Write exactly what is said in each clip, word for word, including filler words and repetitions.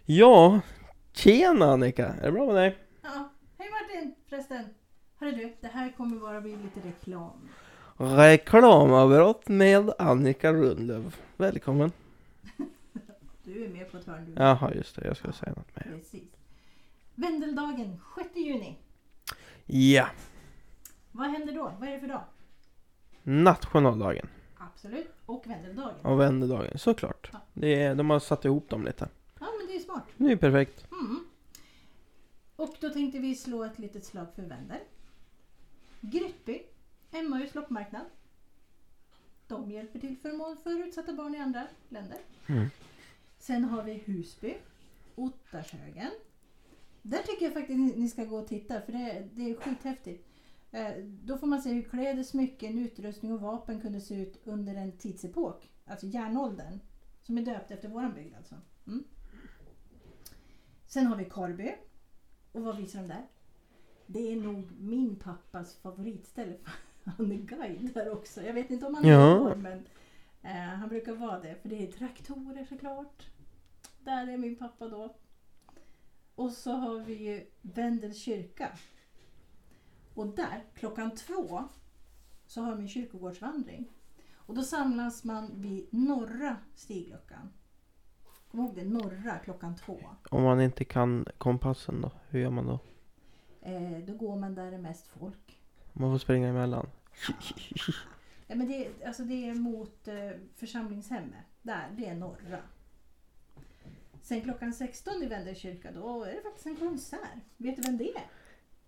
Ja, tjena Annika. Är det bra med dig? Ja, hej Martin förresten. Hörru du, det här kommer bara bli lite reklam. Reklamavbrott med Annika Rundlöv. Välkommen. Du är med på ett hörn du. Jaha, just det. Jag skulle säga något mer. Precis. Vendeldagen, sjätte juni. Ja, Vad händer då? Vad är det för dag? nationaldagen Absolut. Och Vendeldagen. och vändedagen, såklart. Ja. Det är, de har satt ihop dem lite. Ja, men det är smart. Det är perfekt. Mm. Och då tänkte vi slå ett litet slag för Vendel. Grytby, Emmaus loppmarknad. De hjälper till förmån för utsatta barn i andra länder. Mm. Sen har vi Husby, Ottarshögen. Där tycker jag faktiskt ni ska gå och titta, för det, det är skithäftigt. Eh, då får man se hur kläder, smycken, utrustning och vapen kunde se ut under en tidsepok. Alltså järnåldern. Som är döpt efter våran bygd alltså. Mm. Sen har vi Korby. Och vad visar de där? Det är nog min pappas favoritställe. Han är guide där också. Jag vet inte om han är Ja. ja. men eh, han brukar vara det. För det är traktorer såklart. Där är min pappa då. Och så har vi ju Vendels kyrka. Och där, klockan två, så har vi en kyrkogårdsvandring. Och då samlas man vid norra stigluckan. Kom ihåg det, norra klockan två. Om man inte kan kompassen då, hur gör man då? Eh, då går man där det är mest folk. Man får springa emellan. Ja, men det, är- alltså det är mot eh, församlingshemmet. Där, det är norra. Sen klockan sexton i Vendels kyrka, då är det faktiskt en konsert. Vet du vem det är?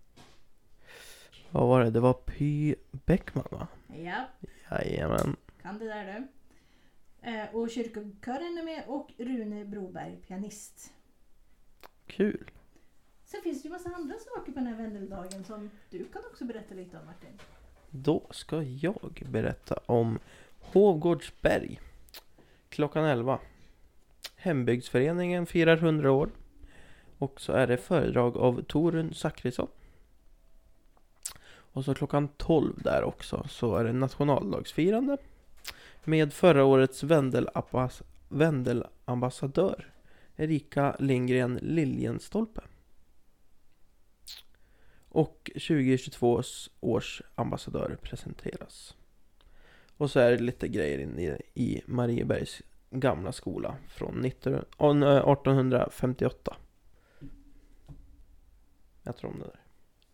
Vad var det? Det var Py Bäckman, va? Ja, Jajamän. kan det där du. Eh, och kyrkokören är med och Rune Broberg, pianist. Kul. Sen finns det ju massa andra saker på den här Vendeldagen som du kan också berätta lite om, Martin. Då ska jag berätta om Hovgårdsberg. Klockan elva. Hembygdsföreningen firar hundra år. Och så är det föredrag av Torun Zachrisson. Och så klockan tolv där också så är det nationaldagsfirande. Med förra årets Vendelabbas- Vendelambassadör Erika Lindgren Liljenstolpe. Och tjugohundratjugotvå års ambassadör presenteras. Och så är det lite grejer inne i Mariebergs gamla skola från nitton artonhundrafemtioåtta. Jag tror om det där.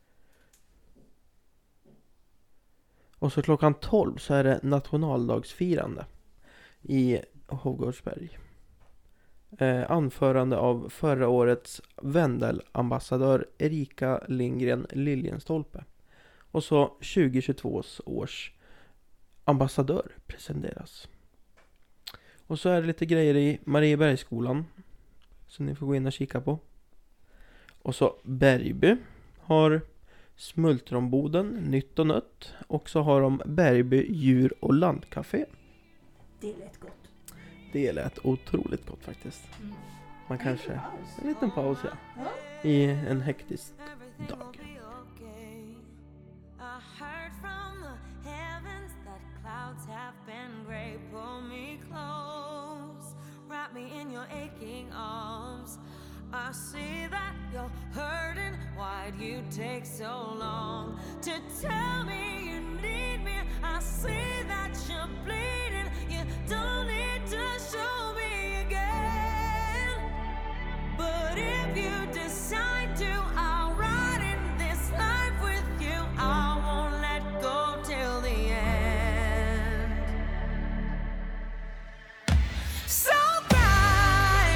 Och så klockan tolv så är det nationaldagsfirande i Hovgårdsberg. Eh, anförande av förra årets Vendelambassadör Erika Lindgren Liljenstolpe. Och så tjugohundratjugotvå års ambassadör presenteras. Och så är det lite grejer i Mariebergsskolan som ni får gå in och kika på. Och så Bergby har Smultronboden, nytt och nött. Och så har de Bergby djur- och landcafé. Det lät gott. Det lät otroligt gott faktiskt. Mm. Man En kanske... liten paus. En liten paus, ja. Ja. I en hektisk dag. I heard from the heavens that clouds have been gray. Pull me close, wrap me in your aching arms. I see that you're hurting. Why'd you take so long to tell me you need me? I see that you're bleeding. You don't need to show me again. But if you decide to, I'll ride in this life with you. I won't let go till the end. So cry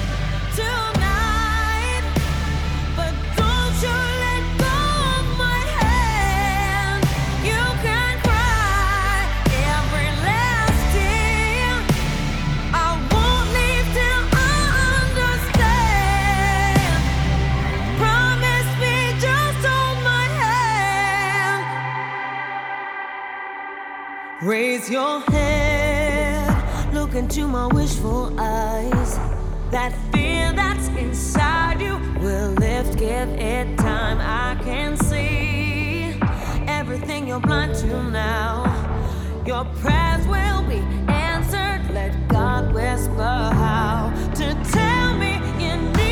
tonight, but don't you let go of my hand. You can cry every last tear. I won't leave till I understand. Promise me, just hold my hand. Raise your head, look into my wishful eyes. That fear that's inside you will lift, give it time. I can see everything you're blind to now. Your prayers will be answered. Let God whisper how to tell me you need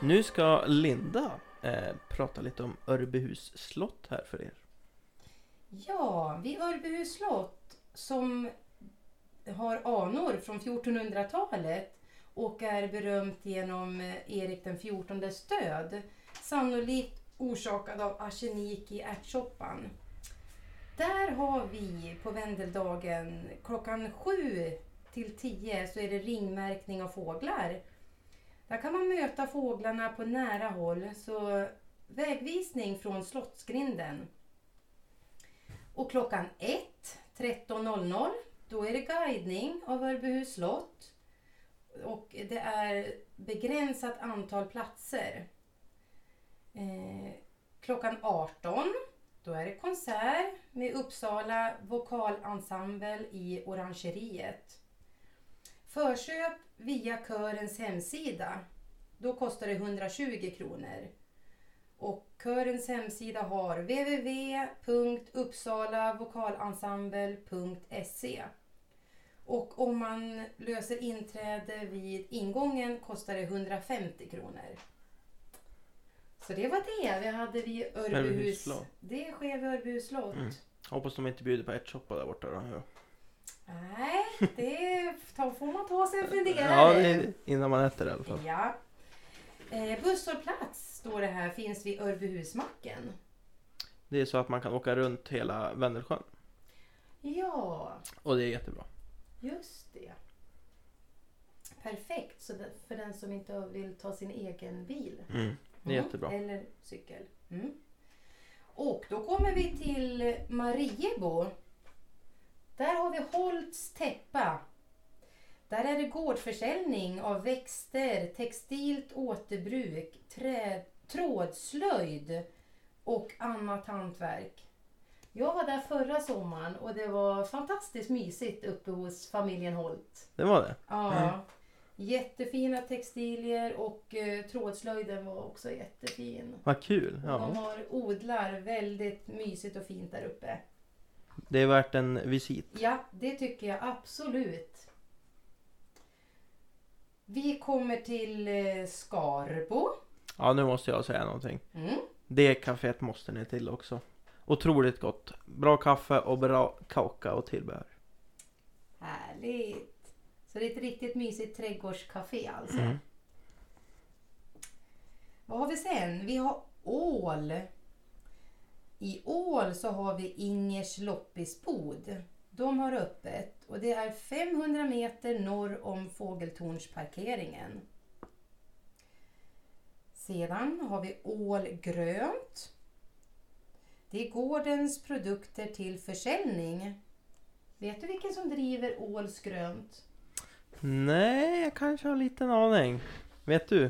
Nu ska Linda eh, prata lite om Örbyhus slott här för er. Ja, vid Örbyhus slott som har anor från fjortonhundratalet och är berömt genom Erik den fjortondes död. Sannolikt orsakad av arsenik i ärtsoppan. Där har vi på Vendeldagen klockan sju till tio så är det ringmärkning av fåglar. Där kan man möta fåglarna på nära håll, så vägvisning från Slottsgrinden. Och klockan ett, tretton noll noll, då är det guidning av Örbyhus slott. Och det är begränsat antal platser. Eh, klockan arton, då är det konsert med Uppsala vokalensemble i Orangeriet. Förköp via körens hemsida, då kostar det hundratjugo kronor. Och körens hemsida har w w w punkt uppsala vokalensemble punkt se. Och om man löser inträde vid ingången kostar det hundrafemtio kronor. Så det var det vi hade vid Örbyhus slott. Det sker vid Örbyhus slott. Mm. Hoppas de inte bjuder på ärtsoppa där borta då. Ja. Nej, det får man ta sig en funderare. Ja, det är innan man äter i alla fall. Ja. Eh, busshållplats står det här, finns vid Örbyhusmacken. Det är så att man kan åka runt hela Vändelsjön. Ja, Och det är jättebra. just det. Perfekt, så det, för den som inte vill ta sin egen bil. Mm. Det är Mm, jättebra. Eller cykel. Mm. Och då kommer vi till Mariebo. Där har vi Holts täppa. Där är det gårdförsäljning av växter, textilt återbruk, trä, trådslöjd och annat hantverk. Jag var där förra sommaren och det var fantastiskt mysigt uppe hos familjen Holt. Det var det. Ja, Mm. jättefina textilier och eh, trådslöjden var också jättefin. Vad kul. Och de Ja. har odlar väldigt mysigt och fint där uppe. Det är värt en visit. Ja, det tycker jag absolut. Vi kommer till eh, Skarbo. Ja, nu måste jag säga någonting. Mm. Det kaféet måste ni till också. Otroligt gott. Bra kaffe och bra kaka och tillbehör. Härligt. Så det är ett riktigt mysigt trädgårdscafé alltså. Mm. Vad har vi sen? Vi har Ål. I Ål så har vi Ingers loppisbod. De har öppet och det är femhundra meter norr om Fågeltornsparkeringen. Sedan har vi Ål grönt. Det är gårdens produkter till försäljning. Vet du vilken som driver Åls grönt? Nej, jag kanske har en liten aning. Vet du?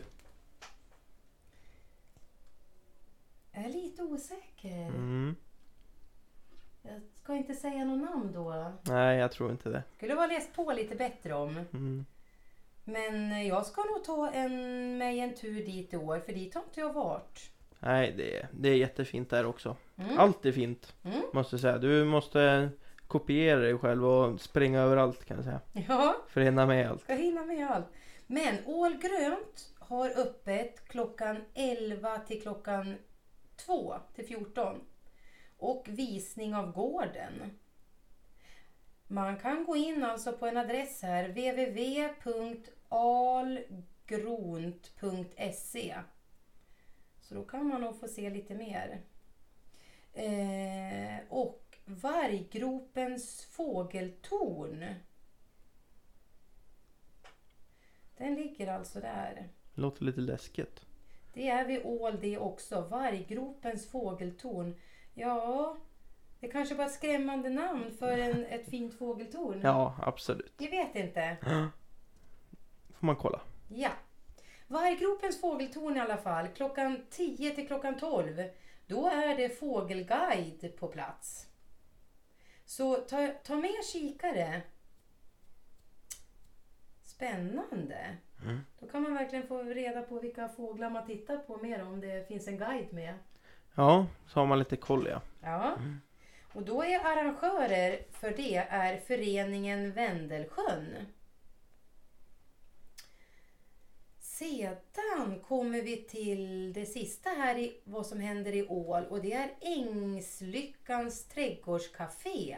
Jag är lite osäker. Mm. Jag ska inte säga någon namn då. Nej, jag tror inte det. Skulle ha läst på lite bättre om. Mm. Men jag ska nog ta en, mig en tur dit i år. För dit har inte jag varit. Nej, det är, det är jättefint där också. Mm. Allt är fint, Mm. måste jag säga. Du måste kopiera dig själv och springa överallt, kan jag säga. Ja, För att hinna med allt. ska hinna med allt. Men Ål grönt har öppet klockan elva till klockan två till fjorton. Och visning av gården. Man kan gå in alltså på en adress här. w w w punkt algront punkt se. Så då kan man nog få se lite mer. Eh, och Varggropens fågeltorn. Den ligger alltså där. Låter lite läskigt. Det är vid Ål det också. Varggropens fågeltorn. Ja, det kanske bara ett skrämmande namn för en, ett fint fågeltorn. Ja, absolut. Jag vet inte. Får man kolla. Ja. Varggropens fågeltorn i alla fall. Klockan tio till klockan tolv. Då är det fågelguide på plats. Så ta, ta med kikare. Spännande. Mm. Då kan man verkligen få reda på vilka fåglar man tittar på mer om det finns en guide med. Ja, så har man lite koll, ja. Ja. Mm. Och då är arrangörer för det är föreningen Vendelsjön. Sedan kommer vi till det sista här i vad som händer i Ål, och det är Ängslyckans trädgårdscafé.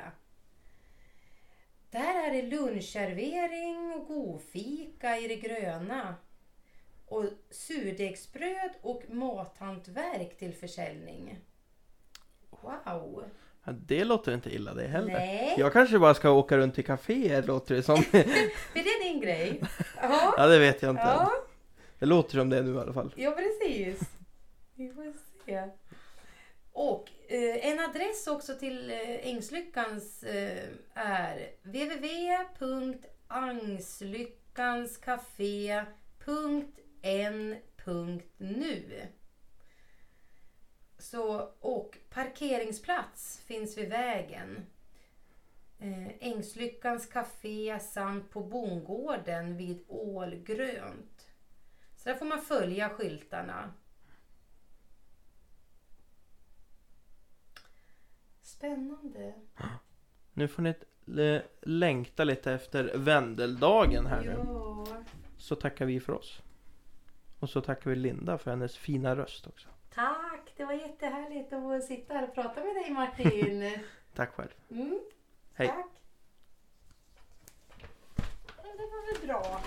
Där är det lunchservering och godfika i det gröna. Och surdegsbröd och mathantverk till försäljning. Wow! Ja, det låter inte illa det heller. Nej. Jag kanske bara ska åka runt till kaféer, låter det som. För det är din grej. Ja, Ja, det vet jag inte. ja. Det låter som det nu i alla fall. Ja, precis. Vi får se. Och eh, en adress också till eh, Ängslyckans eh, är w w w punkt angslyckanscafé punkt n punkt nu. Så, och parkeringsplats finns vid vägen. Eh, Ängslyckans café samt på bondgården vid Ålgrönt. Så där får man följa skyltarna. Spännande. Nu får ni l- längta lite efter Vendeldagen här nu. Ja. Så tackar vi för oss. Och så tackar vi Linda för hennes fina röst också. Tack, det var jättehärligt att sitta här och prata med dig, Martin. Tack själv. Mm, Hej. tack. Det var väl bra.